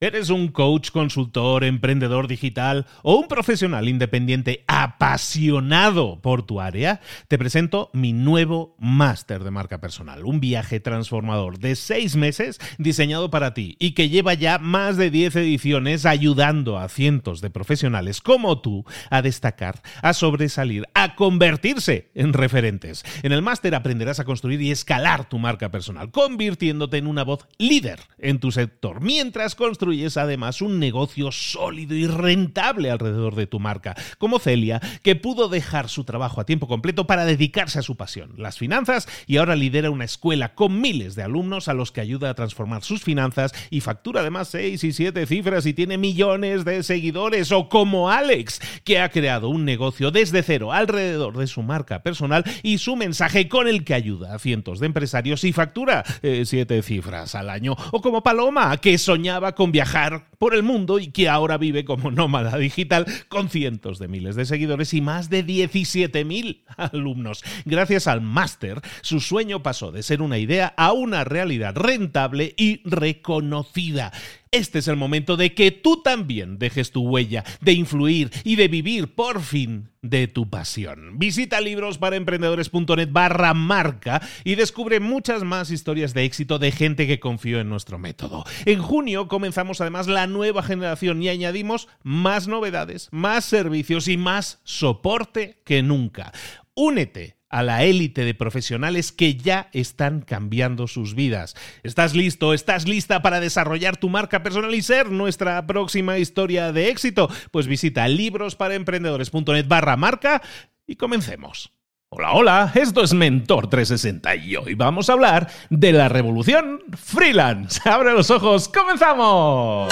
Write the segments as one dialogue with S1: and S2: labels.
S1: ¿Eres un coach, consultor, emprendedor digital o un profesional independiente apasionado por tu área? Te presento mi nuevo máster de marca personal, un viaje transformador de 6 meses diseñado para ti y que lleva ya más de 10 ediciones ayudando a cientos de profesionales como tú a destacar, a sobresalir, a convertirse en referentes. En el máster aprenderás a construir y escalar tu marca personal, convirtiéndote en una voz líder en tu sector, mientras construyes además un negocio sólido y rentable alrededor de tu marca, como Celia, que pudo dejar su trabajo a tiempo completo para dedicarse a su pasión, las finanzas, y ahora lidera una escuela con miles de alumnos a los que ayuda a transformar sus finanzas y factura además 6 y 7 cifras y tiene millones de seguidores. O como Alex, que ha creado un negocio desde cero alrededor de su marca personal y su mensaje, con el que ayuda a cientos de empresarios y factura 7 cifras al año. O como Paloma, que soñaba con viajar por el mundo y que ahora vive como nómada digital con cientos de miles de seguidores y más de 17.000 alumnos. Gracias al máster, su sueño pasó de ser una idea a una realidad rentable y reconocida. Este es el momento de que tú también dejes tu huella, de influir y de vivir por fin de tu pasión. Visita librosparaemprendedores.net/marca y descubre muchas más historias de éxito de gente que confió en nuestro método. En junio comenzamos además la nueva generación y añadimos más novedades, más servicios y más soporte que nunca. Únete a la élite de profesionales que ya están cambiando sus vidas. ¿Estás listo? ¿Estás lista para desarrollar tu marca personal y ser nuestra próxima historia de éxito? Pues visita librosparaemprendedores.net/marca y comencemos. Hola, esto es Mentor 360 y hoy vamos a hablar de la revolución freelance. ¡Abre los ojos! ¡Comenzamos!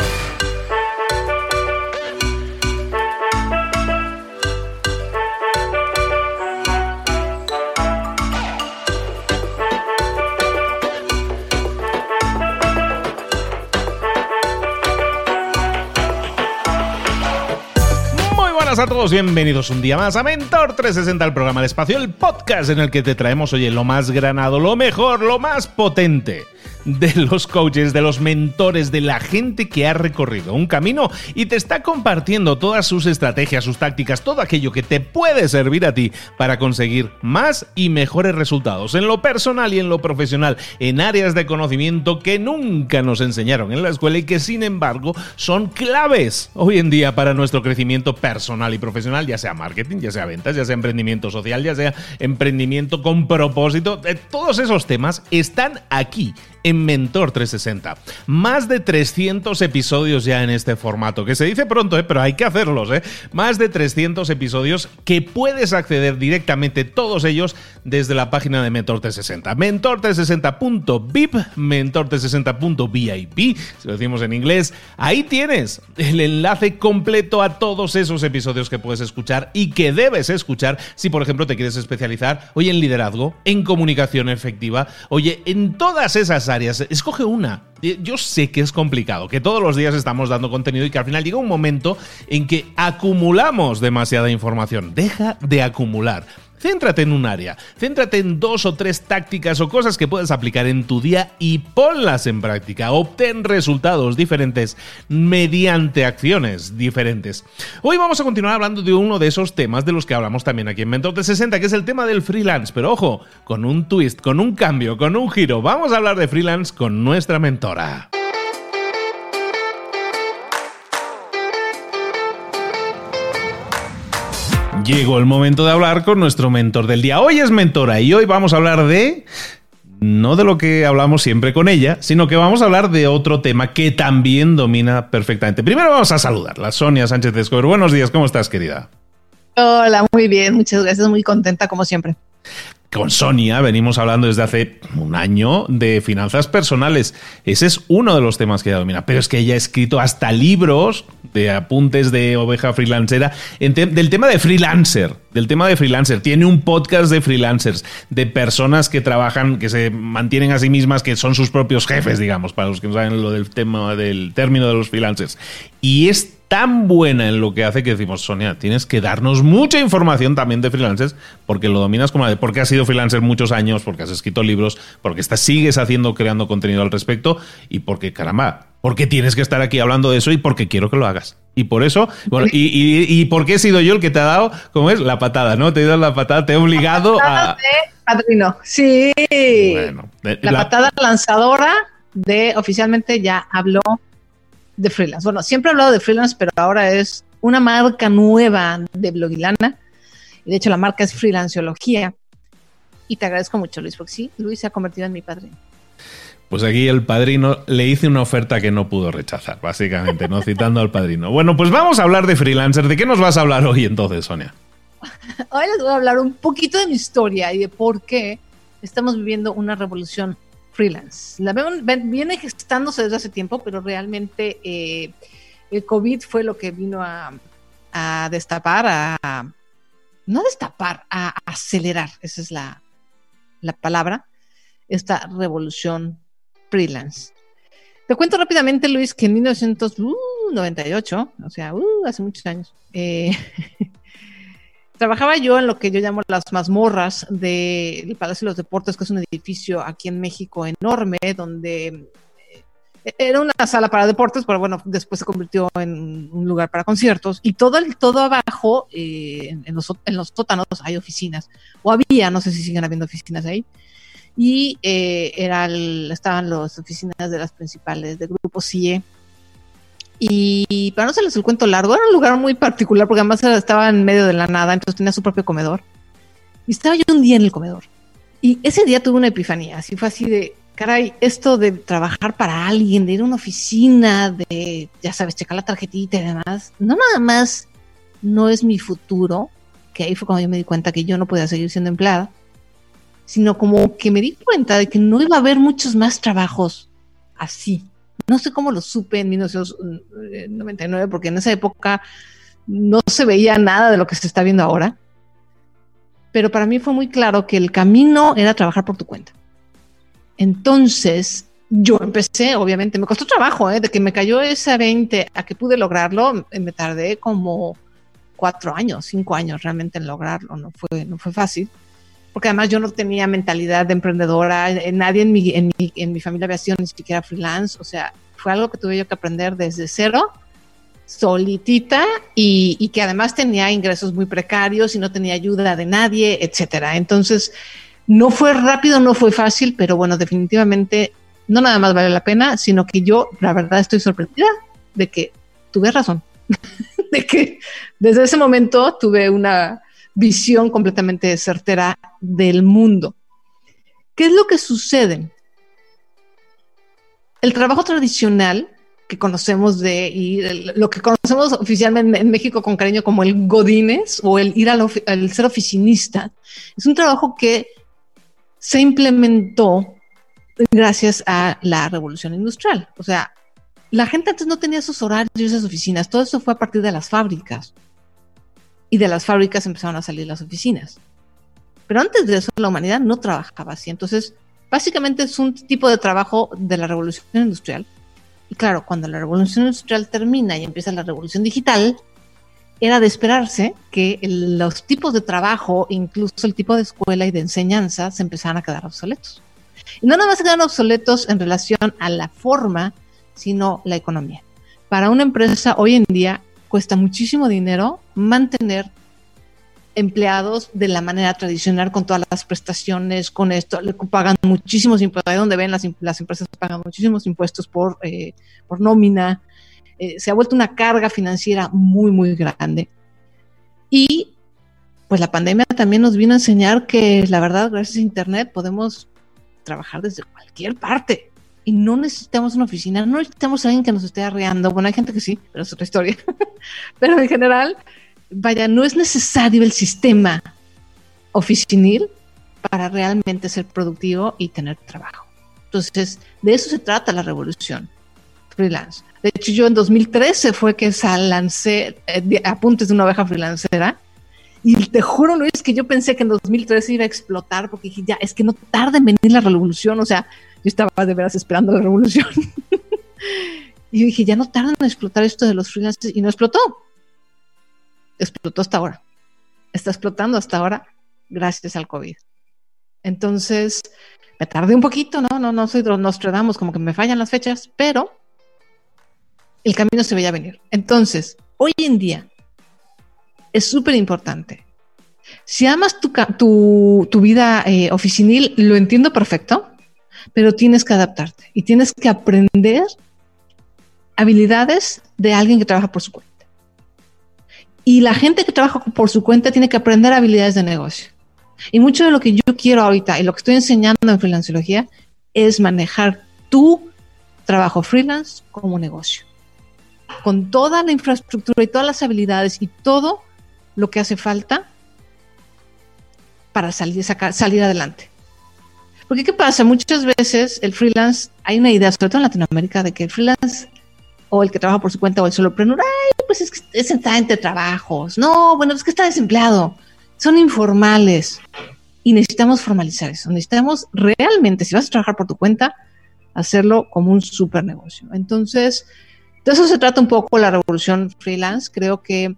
S1: A todos, bienvenidos un día más a Mentor 360, el programa de espacio, el podcast en el que te traemos, oye, lo más granado, lo mejor, lo más potente de los coaches, de los mentores, de la gente que ha recorrido un camino y te está compartiendo todas sus estrategias, sus tácticas, todo aquello que te puede servir a ti para conseguir más y mejores resultados en lo personal y en lo profesional, en áreas de conocimiento que nunca nos enseñaron en la escuela y que sin embargo son claves hoy en día para nuestro crecimiento personal y profesional, ya sea marketing, ya sea ventas, ya sea emprendimiento social, ya sea emprendimiento con propósito. Todos esos temas están aquí en Mentor 360. Más de 300 episodios ya en este formato, que se dice pronto, pero hay que hacerlos, Más de 300 episodios que puedes acceder directamente, todos ellos, desde la página de Mentor 360. Mentor360.vip, Mentor360.vip, si lo decimos en inglés. Ahí tienes el enlace completo a todos esos episodios que puedes escuchar y que debes escuchar si, por ejemplo, te quieres especializar, oye, en liderazgo, en comunicación efectiva, oye, en todas esas áreas. Escoge una. Yo sé que es complicado, que todos los días estamos dando contenido y que al final llega un momento en que acumulamos demasiada información. Deja de acumular. Céntrate en un área, céntrate en 2 o 3 tácticas o cosas que puedes aplicar en tu día y ponlas en práctica. Obtén resultados diferentes mediante acciones diferentes. Hoy vamos a continuar hablando de uno de esos temas de los que hablamos también aquí en Mentor 360, que es el tema del freelance. Pero ojo, con un twist, con un cambio, con un giro. Vamos a hablar de freelance con nuestra mentora. Llegó el momento de hablar con nuestro mentor del día. Hoy es mentora y hoy vamos a hablar no de lo que hablamos siempre con ella, sino que vamos a hablar de otro tema que también domina perfectamente. Primero vamos a saludarla. Sonia Sánchez de Escobar. Buenos días, ¿cómo estás, querida?
S2: Hola, muy bien, muchas gracias, muy contenta como siempre.
S1: Con Sonia venimos hablando desde hace un año de finanzas personales. Ese es uno de los temas que ella domina. Pero es que ella ha escrito hasta libros de apuntes de oveja freelancera del tema de freelancer. Tiene un podcast de freelancers, de personas que trabajan, que se mantienen a sí mismas, que son sus propios jefes, digamos, para los que no saben lo del tema del término de los freelancers. Y es tan buena en lo que hace que decimos, Sonia, tienes que darnos mucha información también de freelancers, porque lo dominas como porque has sido freelancer muchos años, porque has escrito libros, porque sigues creando contenido al respecto y porque, caramba, Porque tienes que estar aquí hablando de eso y porque quiero que lo hagas. Y por eso, bueno, y porque he sido yo el que te ha dado, ¿cómo es? La patada, ¿no? Te he dado la patada, te he obligado a...
S2: Padrino, sí.
S1: Bueno,
S2: la patada lanzadora de, oficialmente ya habló de freelance. Bueno, siempre he hablado de freelance, pero ahora es una marca nueva de Blogilana. Y de hecho la marca es Freelanceología. Y te agradezco mucho, Luis, porque sí, Luis se ha convertido en mi padrino.
S1: Pues aquí el padrino le hice una oferta que no pudo rechazar, básicamente, ¿no? Citando al padrino. Bueno, pues vamos a hablar de freelancers. ¿De qué nos vas a hablar hoy entonces, Sonia?
S2: Hoy les voy a hablar un poquito de mi historia y de por qué estamos viviendo una revolución freelance. La viene gestándose desde hace tiempo, pero realmente el COVID fue lo que vino a destapar, no a destapar, a acelerar, esa es la palabra, esta revolución freelance. Te cuento rápidamente, Luis, que en 1998, o sea, hace muchos años, trabajaba yo en lo que yo llamo las mazmorras del Palacio de los Deportes, que es un edificio aquí en México enorme, donde era una sala para deportes, pero bueno, después se convirtió en un lugar para conciertos, y todo abajo, en los sótanos hay oficinas, o había, no sé si siguen habiendo oficinas ahí, y estaban las oficinas de las principales del grupo CIE. Y para no hacerles el cuento largo, era un lugar muy particular porque además estaba en medio de la nada, entonces tenía su propio comedor. Y estaba yo un día en el comedor. Y ese día tuve una epifanía, así fue así de, caray, esto de trabajar para alguien, de ir a una oficina, de, ya sabes, checar la tarjetita y demás, no nada más no es mi futuro, que ahí fue cuando yo me di cuenta que yo no podía seguir siendo empleada, sino como que me di cuenta de que no iba a haber muchos más trabajos así. No sé cómo lo supe en 1999, porque en esa época no se veía nada de lo que se está viendo ahora. Pero para mí fue muy claro que el camino era trabajar por tu cuenta. Entonces, yo empecé, obviamente, me costó trabajo, de que me cayó ese 20 a que pude lograrlo, me tardé como 4 años, 5 años realmente en lograrlo, no fue fácil. Porque además yo no tenía mentalidad de emprendedora, nadie en mi familia había sido ni siquiera freelance, o sea, fue algo que tuve yo que aprender desde cero, solitita, y que además tenía ingresos muy precarios y no tenía ayuda de nadie, etcétera. Entonces, no fue rápido, no fue fácil, pero bueno, definitivamente no nada más vale la pena, sino que yo, la verdad, estoy sorprendida de que tuve razón, de que desde ese momento tuve una visión completamente certera del mundo. ¿Qué es lo que sucede? El trabajo tradicional que conocemos lo que conocemos oficialmente en México con cariño como el godínez o el ir al ser oficinista, es un trabajo que se implementó gracias a la revolución industrial. O sea, la gente antes no tenía esos horarios y esas oficinas, todo eso fue a partir de las fábricas. Y de las fábricas empezaron a salir las oficinas. Pero antes de eso, la humanidad no trabajaba así. Entonces, básicamente es un tipo de trabajo de la revolución industrial. Y claro, cuando la revolución industrial termina y empieza la revolución digital, era de esperarse que los tipos de trabajo, incluso el tipo de escuela y de enseñanza, se empezaran a quedar obsoletos. Y no nada más se quedan obsoletos en relación a la forma, sino la economía. Para una empresa hoy en día cuesta muchísimo dinero mantener empleados de la manera tradicional, con todas las prestaciones, con esto, le pagan muchísimos impuestos, ahí donde ven las empresas pagan muchísimos impuestos por nómina, se ha vuelto una carga financiera muy, muy grande. Y pues la pandemia también nos vino a enseñar que la verdad, gracias a Internet, podemos trabajar desde cualquier parte. Y no necesitamos una oficina, no necesitamos a alguien que nos esté arreando. Bueno, hay gente que sí, pero es otra historia. Pero en general, vaya, no es necesario el sistema oficinil para realmente ser productivo y tener trabajo. Entonces, de eso se trata la revolución freelance. De hecho, yo en 2013 fue que lancé Apuntes de una oveja freelancera. Y te juro, Luis, que yo pensé que en 2013 iba a explotar, porque dije, ya, es que no tarda en venir la revolución. O sea, yo estaba de veras esperando la revolución. Y yo dije, ya no tardan en explotar esto de los freelancers. Y no explotó. Explotó hasta ahora. Está explotando hasta ahora gracias al COVID. Entonces, me tardé un poquito, no soy Nostradamus, como que me fallan las fechas, pero el camino se veía venir. Entonces, hoy en día es súper importante. Si amas tu vida oficinil, lo entiendo perfecto, pero tienes que adaptarte y tienes que aprender habilidades de alguien que trabaja por su cuenta. Y la gente que trabaja por su cuenta tiene que aprender habilidades de negocio. Y mucho de lo que yo quiero ahorita y lo que estoy enseñando en Freelanceología es manejar tu trabajo freelance como negocio. Con toda la infraestructura y todas las habilidades y todo lo que hace falta para salir adelante. Porque ¿qué pasa? Muchas veces el freelance, hay una idea, sobre todo en Latinoamérica, de que el freelance o el que trabaja por su cuenta o el solopreneur, pues es que está entre trabajos. No, bueno, es que está desempleado. Son informales. Y necesitamos formalizar eso. Necesitamos realmente, si vas a trabajar por tu cuenta, hacerlo como un súper negocio. Entonces, de eso se trata un poco la revolución freelance. Creo que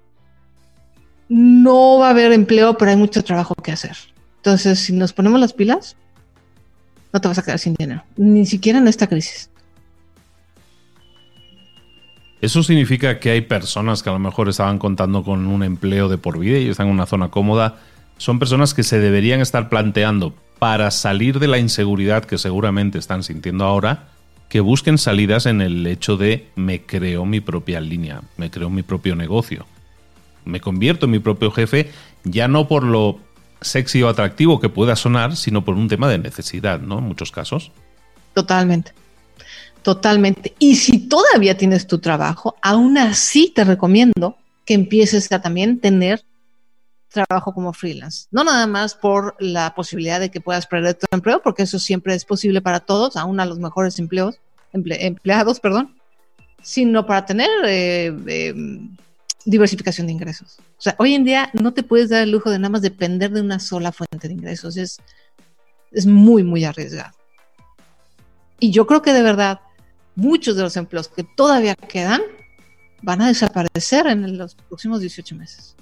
S2: no va a haber empleo, pero hay mucho trabajo que hacer. Entonces, si nos ponemos las pilas, no te vas a quedar sin dinero, ni siquiera en esta crisis.
S1: Eso significa que hay personas que a lo mejor estaban contando con un empleo de por vida y están en una zona cómoda. Son personas que se deberían estar planteando, para salir de la inseguridad que seguramente están sintiendo ahora, que busquen salidas en el hecho de me creo mi propia línea, me creo mi propio negocio. Me convierto en mi propio jefe, ya no por lo sexy o atractivo que pueda sonar, sino por un tema de necesidad, ¿no? En muchos casos.
S2: Totalmente. Totalmente. Y si todavía tienes tu trabajo, aún así te recomiendo que empieces a también tener trabajo como freelance. No nada más por la posibilidad de que puedas perder tu empleo, porque eso siempre es posible para todos, aún a los mejores empleados, sino para tener diversificación de ingresos. O sea, hoy en día no te puedes dar el lujo de nada más depender de una sola fuente de ingresos. Es muy, muy arriesgado. Y yo creo que de verdad muchos de los empleos que todavía quedan van a desaparecer en los próximos 18 meses.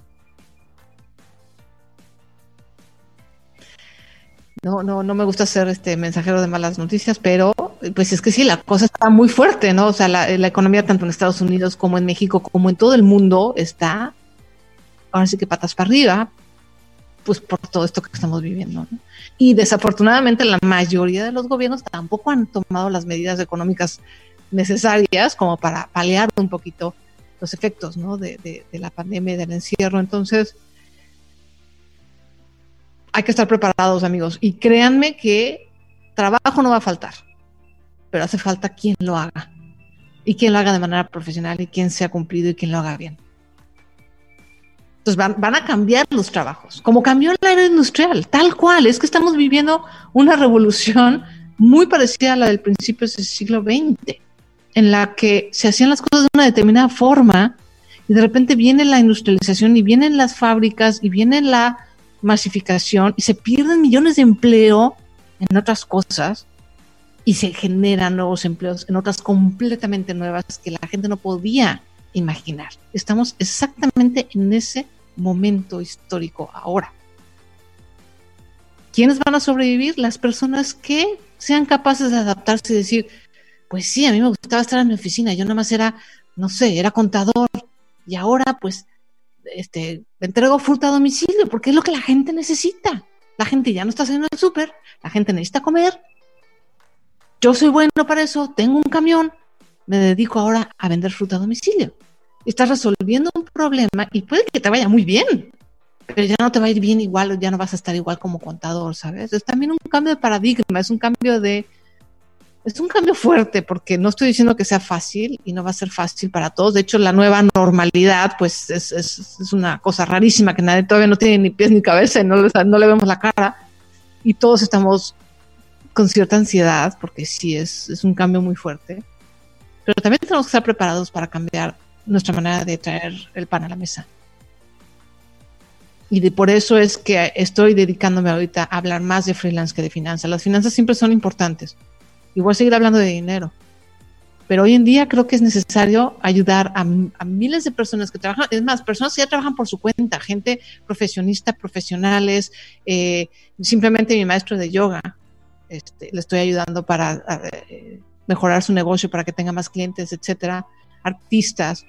S2: No me gusta ser mensajero de malas noticias, pero pues es que sí, la cosa está muy fuerte, ¿no? O sea, la economía tanto en Estados Unidos como en México, como en todo el mundo, está ahora sí que patas para arriba, pues por todo esto que estamos viviendo, ¿no? Y desafortunadamente la mayoría de los gobiernos tampoco han tomado las medidas económicas necesarias como para paliar un poquito los efectos, ¿no? de la pandemia y del encierro. Entonces, hay que estar preparados, amigos. Y créanme que trabajo no va a faltar, pero hace falta quien lo haga. Y quien lo haga de manera profesional y quien sea cumplido y quien lo haga bien. Entonces van a cambiar los trabajos, como cambió la era industrial, tal cual. Es que estamos viviendo una revolución muy parecida a la del principio del siglo XX, en la que se hacían las cosas de una determinada forma y de repente viene la industrialización y vienen las fábricas y viene la masificación y se pierden millones de empleo en otras cosas y se generan nuevos empleos en otras completamente nuevas que la gente no podía imaginar. Estamos exactamente en ese momento histórico ahora. ¿Quiénes van a sobrevivir? Las personas que sean capaces de adaptarse y decir, pues sí, a mí me gustaba estar en mi oficina, yo nada más era, no sé, era contador y ahora pues entrego fruta a domicilio porque es lo que la gente necesita. La gente ya no está haciendo el súper, la gente necesita comer. Yo soy bueno para eso, tengo un camión, me dedico ahora a vender fruta a domicilio. Estás resolviendo un problema y puede que te vaya muy bien, pero ya no te va a ir bien igual, ya no vas a estar igual como contador, ¿sabes? Es también un cambio de paradigma, es un cambio fuerte, porque no estoy diciendo que sea fácil y no va a ser fácil para todos. De hecho, la nueva normalidad, pues es una cosa rarísima que nadie todavía no tiene ni pies ni cabeza y no le vemos la cara y todos estamos con cierta ansiedad porque sí es un cambio muy fuerte. Pero también tenemos que estar preparados para cambiar nuestra manera de traer el pan a la mesa. Y por eso es que estoy dedicándome ahorita a hablar más de freelance que de finanzas. Las finanzas siempre son importantes. Y voy a seguir hablando de dinero. Pero hoy en día creo que es necesario ayudar a miles de personas que trabajan, es más, personas que ya trabajan por su cuenta, gente profesionista, profesionales, simplemente mi maestro de yoga, le estoy ayudando para mejorar su negocio para que tenga más clientes, etcétera, artistas,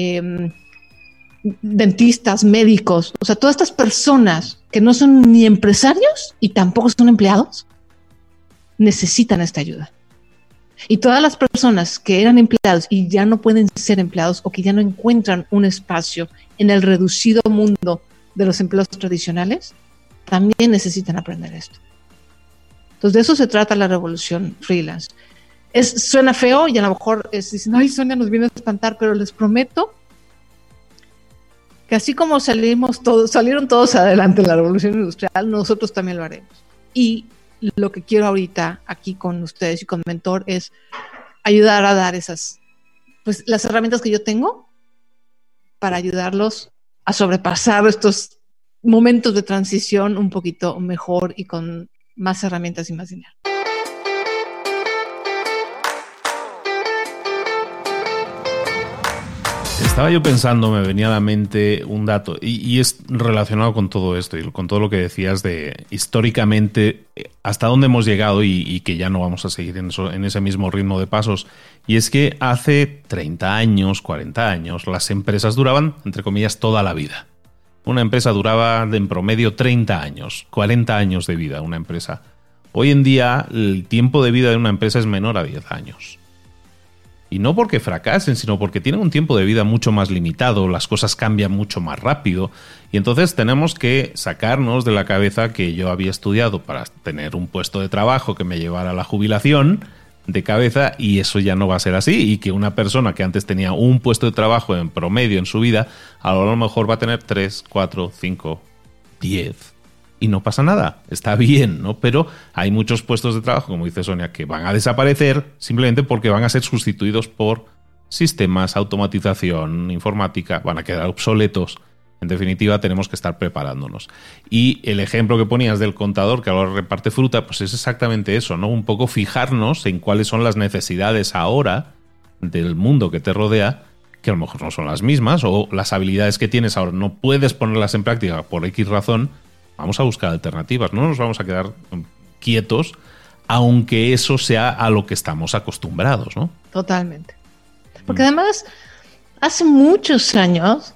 S2: dentistas, médicos, o sea, todas estas personas que no son ni empresarios y tampoco son empleados, necesitan esta ayuda. Y todas las personas que eran empleados y ya no pueden ser empleados o que ya no encuentran un espacio en el reducido mundo de los empleos tradicionales, también necesitan aprender esto. Entonces, de eso se trata la revolución freelance. Suena feo y a lo mejor dicen, ay, Sonia nos viene a espantar, pero les prometo que así como salieron todos adelante en la revolución industrial, nosotros también lo haremos. Y lo que quiero ahorita aquí con ustedes y con Mentor es ayudar a dar las herramientas que yo tengo para ayudarlos a sobrepasar estos momentos de transición un poquito mejor y con más herramientas y más dinero.
S1: Estaba yo pensando, me venía a la mente un dato y es relacionado con todo esto y con todo lo que decías de históricamente hasta dónde hemos llegado y que ya no vamos a seguir en ese mismo ritmo de pasos. Y es que hace 30 años, 40 años, las empresas duraban, entre comillas, toda la vida. Una empresa duraba en promedio 30 años, 40 años de vida una empresa. Hoy en día el tiempo de vida de una empresa es menor a 10 años. Y no porque fracasen, sino porque tienen un tiempo de vida mucho más limitado, las cosas cambian mucho más rápido y entonces tenemos que sacarnos de la cabeza que yo había estudiado para tener un puesto de trabajo que me llevara a la jubilación de cabeza y eso ya no va a ser así y que una persona que antes tenía un puesto de trabajo en promedio en su vida, a lo mejor va a tener 3, 4, 5, 10 y no pasa nada, está bien, ¿no? Pero hay muchos puestos de trabajo, como dice Sonia, que van a desaparecer simplemente porque van a ser sustituidos por sistemas, automatización, informática, van a quedar obsoletos. En definitiva, tenemos que estar preparándonos. Y el ejemplo que ponías del contador que ahora reparte fruta, pues es exactamente eso, ¿no? Un poco fijarnos en cuáles son las necesidades ahora del mundo que te rodea, que a lo mejor no son las mismas, o las habilidades que tienes ahora no puedes ponerlas en práctica por X razón. Vamos a buscar alternativas, no nos vamos a quedar quietos, aunque eso sea a lo que estamos acostumbrados, ¿no?
S2: Totalmente. Porque además, hace muchos años,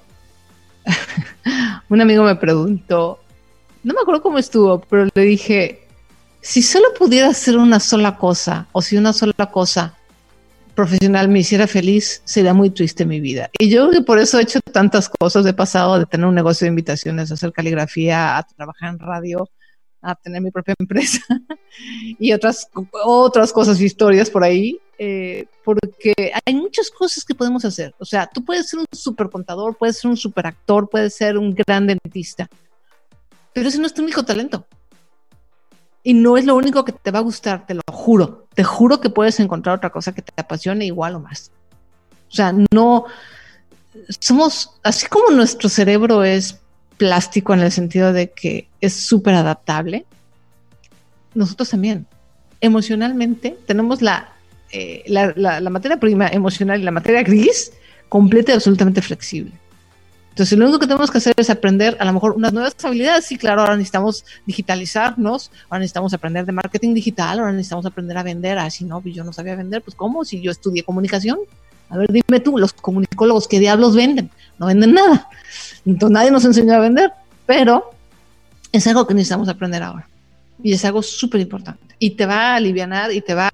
S2: un amigo me preguntó, no me acuerdo cómo estuvo, pero le dije, si solo pudiera hacer una sola cosa, o si una sola cosa profesional me hiciera feliz, sería muy triste mi vida. Y yo por eso he hecho tantas cosas. He pasado de tener un negocio de invitaciones, a hacer caligrafía, a trabajar en radio, a tener mi propia empresa y otras cosas, historias por ahí, porque hay muchas cosas que podemos hacer. O sea, tú puedes ser un súper contador, puedes ser un súper actor, puedes ser un gran dentista, pero ese no es tu único talento. Y no es lo único que te va a gustar, te lo juro. Te juro que puedes encontrar otra cosa que te apasione igual o más. O sea, no somos, así como nuestro cerebro es plástico en el sentido de que es súper adaptable, nosotros también. Emocionalmente tenemos la materia prima emocional y la materia gris completa y absolutamente flexible. Entonces, lo único que tenemos que hacer es aprender a lo mejor unas nuevas habilidades. Sí, claro, ahora necesitamos digitalizarnos, ahora necesitamos aprender de marketing digital, ahora necesitamos aprender a vender. Si no, yo no sabía vender, pues ¿cómo? Si yo estudié comunicación. A ver, dime tú, los comunicólogos, ¿qué diablos venden? No venden nada. Entonces, nadie nos enseñó a vender, pero es algo que necesitamos aprender ahora. Y es algo súper importante. Y te va a alivianar y te va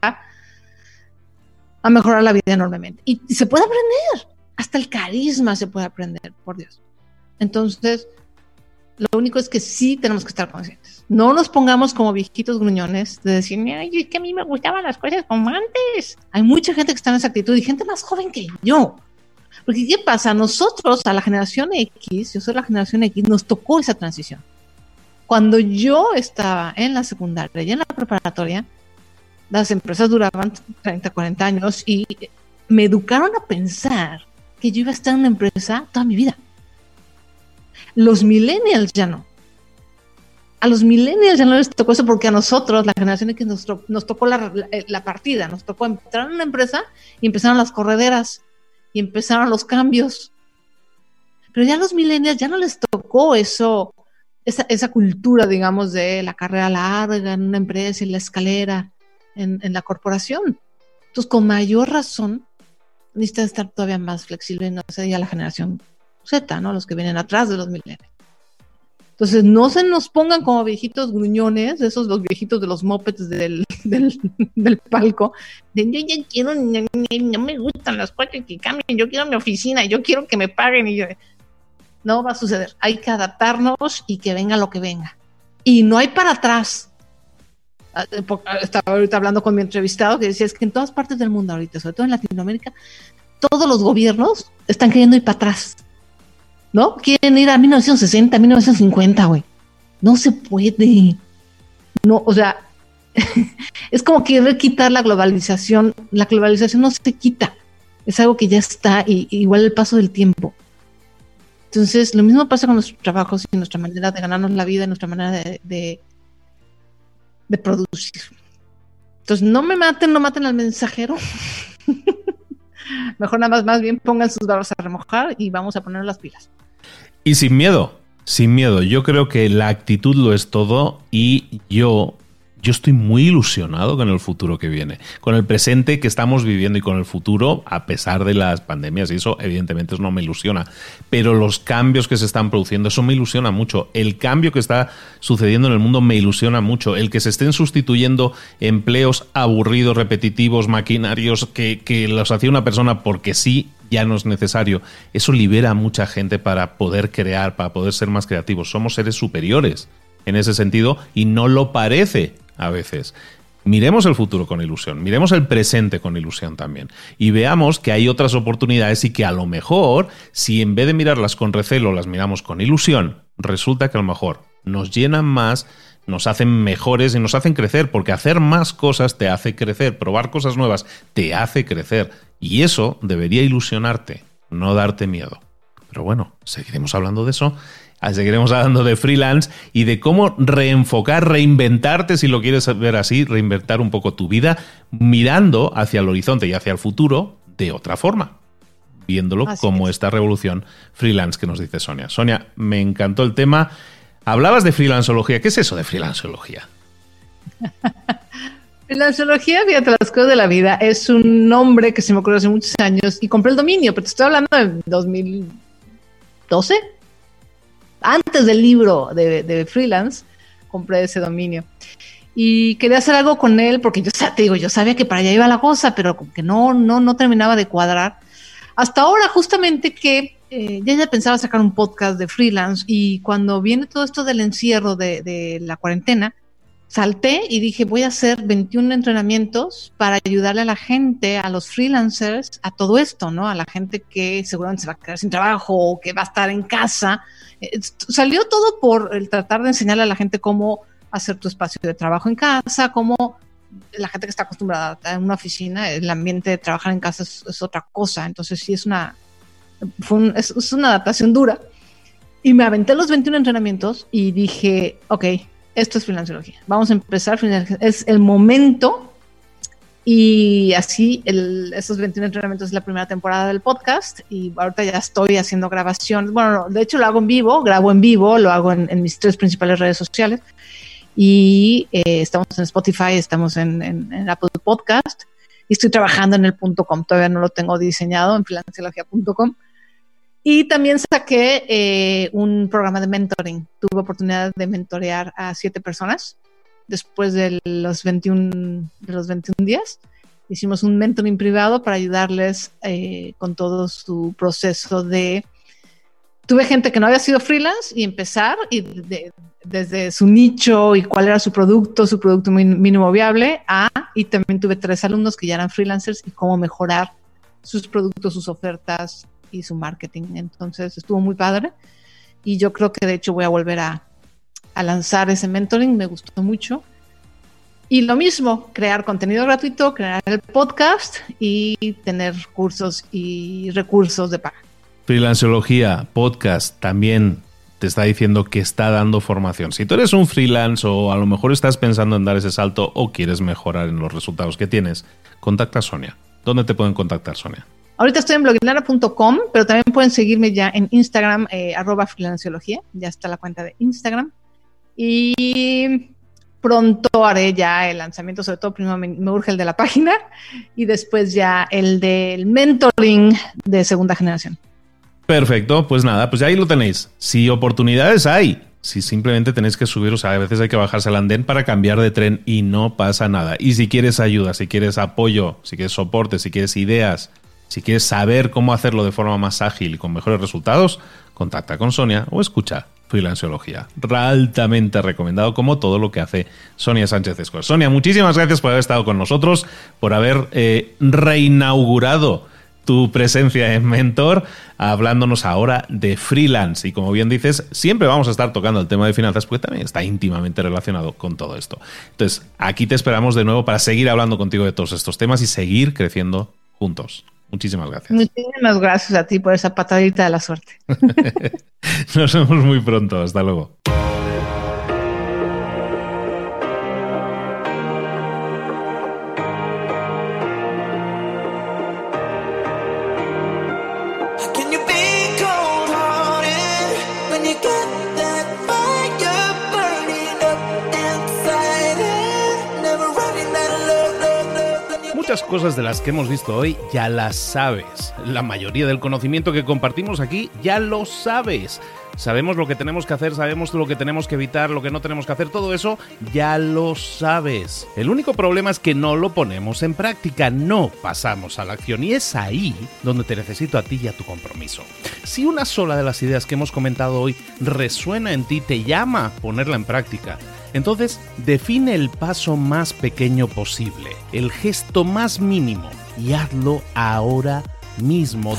S2: a mejorar la vida enormemente. Y se puede aprender. Hasta el carisma se puede aprender, por Dios. Entonces, lo único es que sí tenemos que estar conscientes. No nos pongamos como viejitos gruñones de decir, ay, es que a mí me gustaban las cosas como antes. Hay mucha gente que está en esa actitud y gente más joven que yo. Porque ¿qué pasa? Nosotros, a la generación X, yo soy la generación X, nos tocó esa transición. Cuando yo estaba en la secundaria y en la preparatoria, las empresas duraban 30, 40 años y me educaron a pensar que yo iba a estar en una empresa toda mi vida. Los millennials ya no. A los millennials ya no les tocó eso porque a nosotros, la generación X, nos tocó la partida, nos tocó entrar en una empresa y empezaron las correderas y empezaron los cambios. Pero ya a los millennials ya no les tocó eso, esa cultura, digamos, de la carrera larga en una empresa, en la escalera, en la corporación. Entonces, con mayor razón, necesita estar todavía más flexible, no sé, ya la generación Z, ¿no? Los que vienen atrás de los millennials. Entonces, no se nos pongan como viejitos gruñones, esos los viejitos de los mopeds del palco, de yo ya quiero, no me gustan las cosas que cambien, yo quiero mi oficina, yo quiero que me paguen, y yo, no va a suceder. Hay que adaptarnos y que venga lo que venga. Y no hay para atrás. Estaba ahorita hablando con mi entrevistado que decía, es que en todas partes del mundo ahorita, sobre todo en Latinoamérica, todos los gobiernos están queriendo ir para atrás, ¿no? Quieren ir a 1960, 1950, güey. No se puede. No, o sea, es como querer quitar la globalización. La globalización no se quita. Es algo que ya está, y igual el paso del tiempo. Entonces, lo mismo pasa con nuestros trabajos y nuestra manera de ganarnos la vida, nuestra manera de producir. Entonces, no maten al mensajero. Mejor nada más bien pongan sus barbas a remojar y vamos a poner las pilas.
S1: Y sin miedo. Yo creo que la actitud lo es todo y yo estoy muy ilusionado con el futuro que viene, con el presente que estamos viviendo y con el futuro, a pesar de las pandemias, y eso evidentemente no me ilusiona, pero los cambios que se están produciendo, eso me ilusiona mucho. El cambio que está sucediendo en el mundo me ilusiona mucho. El que se estén sustituyendo empleos aburridos, repetitivos, maquinarios, que los hacía una persona porque sí, ya no es necesario. Eso libera a mucha gente para poder crear, para poder ser más creativos. Somos seres superiores en ese sentido y no lo parece a veces. Miremos el futuro con ilusión, miremos el presente con ilusión también y veamos que hay otras oportunidades y que a lo mejor, si en vez de mirarlas con recelo las miramos con ilusión, resulta que a lo mejor nos llenan más, nos hacen mejores y nos hacen crecer, porque hacer más cosas te hace crecer, probar cosas nuevas te hace crecer y eso debería ilusionarte, no darte miedo. Pero bueno, seguiremos hablando de eso. Seguiremos hablando de freelance y de cómo reenfocar, reinventarte, si lo quieres ver así, reinventar un poco tu vida, mirando hacia el horizonte y hacia el futuro de otra forma, viéndolo así como esta revolución freelance que nos dice Sonia. Sonia, me encantó el tema. Hablabas de freelanceología. ¿Qué es eso de freelanceología?
S2: Freelanceología, fíjate, las cosas de la vida, es un nombre que se me ocurrió hace muchos años y compré el dominio, pero te estoy hablando de 2012. Antes del libro de freelance, compré ese dominio. Y quería hacer algo con él, porque yo sabía que para allá iba la cosa, pero como que no terminaba de cuadrar. Hasta ahora, justamente que ya pensaba sacar un podcast de freelance, y cuando viene todo esto del encierro de la cuarentena, salté y dije, voy a hacer 21 entrenamientos para ayudarle a la gente, a los freelancers, a todo esto, ¿no? A la gente que seguramente se va a quedar sin trabajo o que va a estar en casa. Salió todo por el tratar de enseñarle a la gente cómo hacer tu espacio de trabajo en casa, cómo la gente que está acostumbrada a una oficina, el ambiente de trabajar en casa es otra cosa. Entonces sí es una adaptación dura. Y me aventé los 21 entrenamientos y dije, ok, esto es freelanceología. Vamos a empezar, es el momento. Y así, esos 21 entrenamientos es la primera temporada del podcast. Y ahorita ya estoy haciendo grabaciones. Bueno, de hecho lo hago en vivo, grabo en vivo, lo hago en mis 3 principales redes sociales. Y estamos en Spotify, estamos en Apple Podcast. Y estoy trabajando en el .com. Todavía no lo tengo diseñado, en freelanceología.com. Y también saqué un programa de mentoring. Tuve oportunidad de mentorear a 7 personas después de los 21 días. Hicimos un mentoring privado para ayudarles con todo su proceso de... Tuve gente que no había sido freelance y empezar y desde su nicho y cuál era su producto mínimo viable, y también tuve 3 alumnos que ya eran freelancers y cómo mejorar sus productos, sus ofertas y su marketing. Entonces estuvo muy padre y yo creo que de hecho voy a volver a lanzar ese mentoring. Me gustó mucho. Y lo mismo, crear contenido gratuito, crear el podcast y tener cursos y recursos de paga.
S1: Freelanceología, podcast, también te está diciendo que está dando formación. Si tú eres un freelance o a lo mejor estás pensando en dar ese salto o quieres mejorar en los resultados que tienes, contacta a Sonia. ¿Dónde te pueden contactar, Sonia?
S2: Ahorita estoy en bloginara.com, pero también pueden seguirme ya en Instagram, @freelanceología. Ya está la cuenta de Instagram. Y pronto haré ya el lanzamiento, sobre todo primero me urge el de la página y después ya el del mentoring de segunda generación.
S1: Perfecto, pues nada, pues ya ahí lo tenéis. Si oportunidades hay, si simplemente tenéis que subir, o sea, a veces hay que bajarse al andén para cambiar de tren y no pasa nada. Y si quieres ayuda, si quieres apoyo, si quieres soporte, si quieres ideas, si quieres saber cómo hacerlo de forma más ágil y con mejores resultados, contacta con Sonia o escucha Freelanceología. Altamente recomendado, como todo lo que hace Sonia Sánchez Escobar. Sonia, muchísimas gracias por haber estado con nosotros, por haber reinaugurado tu presencia en Mentor, hablándonos ahora de freelance. Y como bien dices, siempre vamos a estar tocando el tema de finanzas porque también está íntimamente relacionado con todo esto. Entonces, aquí te esperamos de nuevo para seguir hablando contigo de todos estos temas y seguir creciendo juntos. Muchísimas gracias.
S2: Muchísimas gracias a ti por esa patadita de la suerte.
S1: Nos vemos muy pronto. Hasta luego. Muchas cosas de las que hemos visto hoy ya las sabes. La mayoría del conocimiento que compartimos aquí ya lo sabes. Sabemos lo que tenemos que hacer, sabemos lo que tenemos que evitar, lo que no tenemos que hacer, todo eso ya lo sabes. El único problema es que no lo ponemos en práctica, no pasamos a la acción y es ahí donde te necesito a ti y a tu compromiso. Si una sola de las ideas que hemos comentado hoy resuena en ti, te llama a ponerla en práctica, entonces define el paso más pequeño posible, el gesto más mínimo y hazlo ahora mismo.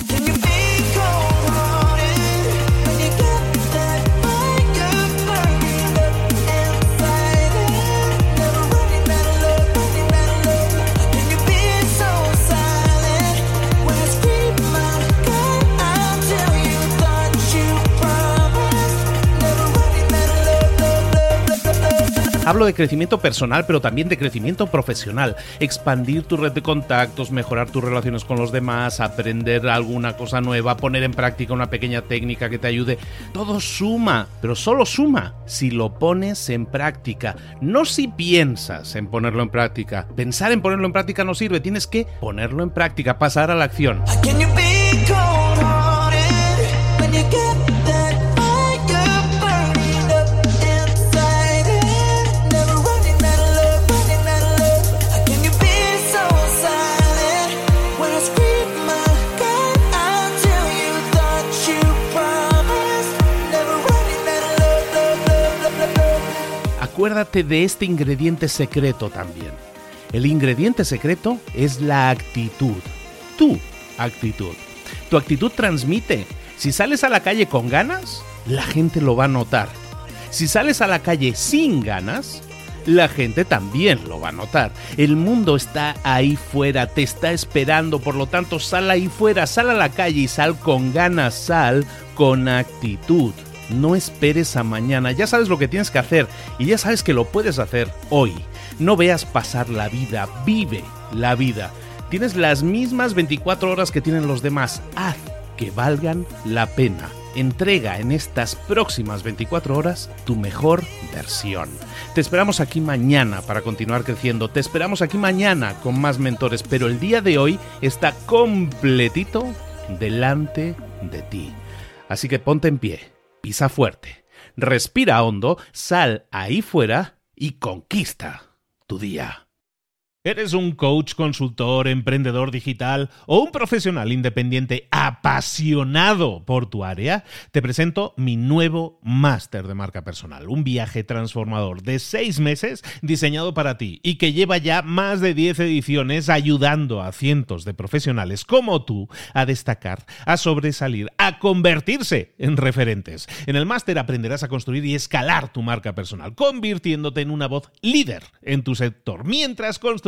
S1: Hablo de crecimiento personal, pero también de crecimiento profesional. Expandir tu red de contactos, mejorar tus relaciones con los demás, aprender alguna cosa nueva, poner en práctica una pequeña técnica que te ayude. Todo suma, pero solo suma si lo pones en práctica. No si piensas en ponerlo en práctica. Pensar en ponerlo en práctica no sirve. Tienes que ponerlo en práctica, pasar a la acción. Acuérdate de este ingrediente secreto también. El ingrediente secreto es la actitud. Tu actitud. Tu actitud transmite. Si sales a la calle con ganas, la gente lo va a notar. Si sales a la calle sin ganas, la gente también lo va a notar. El mundo está ahí fuera, te está esperando, por lo tanto sal ahí fuera, sal a la calle y sal con ganas, sal con actitud. No esperes a mañana, ya sabes lo que tienes que hacer y ya sabes que lo puedes hacer hoy. No veas pasar la vida, vive la vida. Tienes las mismas 24 horas que tienen los demás, haz que valgan la pena. Entrega en estas próximas 24 horas tu mejor versión. Te esperamos aquí mañana para continuar creciendo, te esperamos aquí mañana con más mentores, pero el día de hoy está completito delante de ti. Así que ponte en pie. Pisa fuerte, respira hondo, sal ahí fuera y conquista tu día. ¿Eres un coach, consultor, emprendedor digital o un profesional independiente apasionado por tu área? Te presento mi nuevo máster de marca personal, un viaje transformador de 6 meses diseñado para ti y que lleva ya más de 10 ediciones ayudando a cientos de profesionales como tú a destacar, a sobresalir, a convertirse en referentes. En el máster aprenderás a construir y escalar tu marca personal, convirtiéndote en una voz líder en tu sector, mientras construyes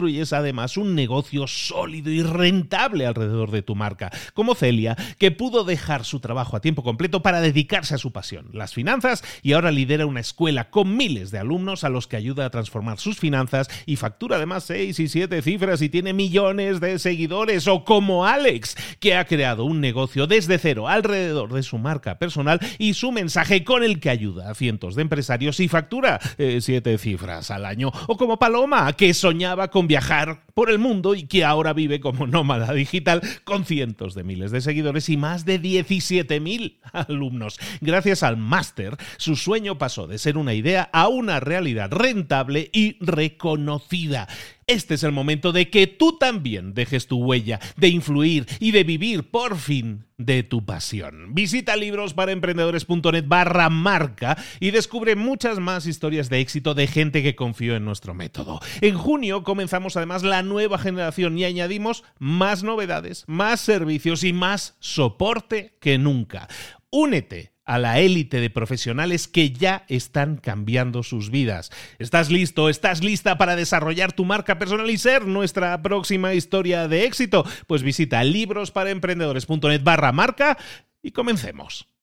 S1: construyes además un negocio sólido y rentable alrededor de tu marca, como Celia, que pudo dejar su trabajo a tiempo completo para dedicarse a su pasión, las finanzas, y ahora lidera una escuela con miles de alumnos a los que ayuda a transformar sus finanzas y factura además 6 y 7 cifras y tiene millones de seguidores. O como Alex, que ha creado un negocio desde cero alrededor de su marca personal y su mensaje, con el que ayuda a cientos de empresarios y factura 7 cifras al año. O como Paloma, que soñaba con viajar por el mundo y que ahora vive como nómada digital con cientos de miles de seguidores y más de 17.000 alumnos. Gracias al máster, su sueño pasó de ser una idea a una realidad rentable y reconocida. Este es el momento de que tú también dejes tu huella, de influir y de vivir por fin de tu pasión. Visita librosparaemprendedores.net/marca y descubre muchas más historias de éxito de gente que confió en nuestro método. En junio comenzamos además la nueva generación y añadimos más novedades, más servicios y más soporte que nunca. Únete a la élite de profesionales que ya están cambiando sus vidas. ¿Estás listo? ¿Estás lista para desarrollar tu marca personal y ser nuestra próxima historia de éxito? Pues visita librosparaemprendedores.net/marca y comencemos.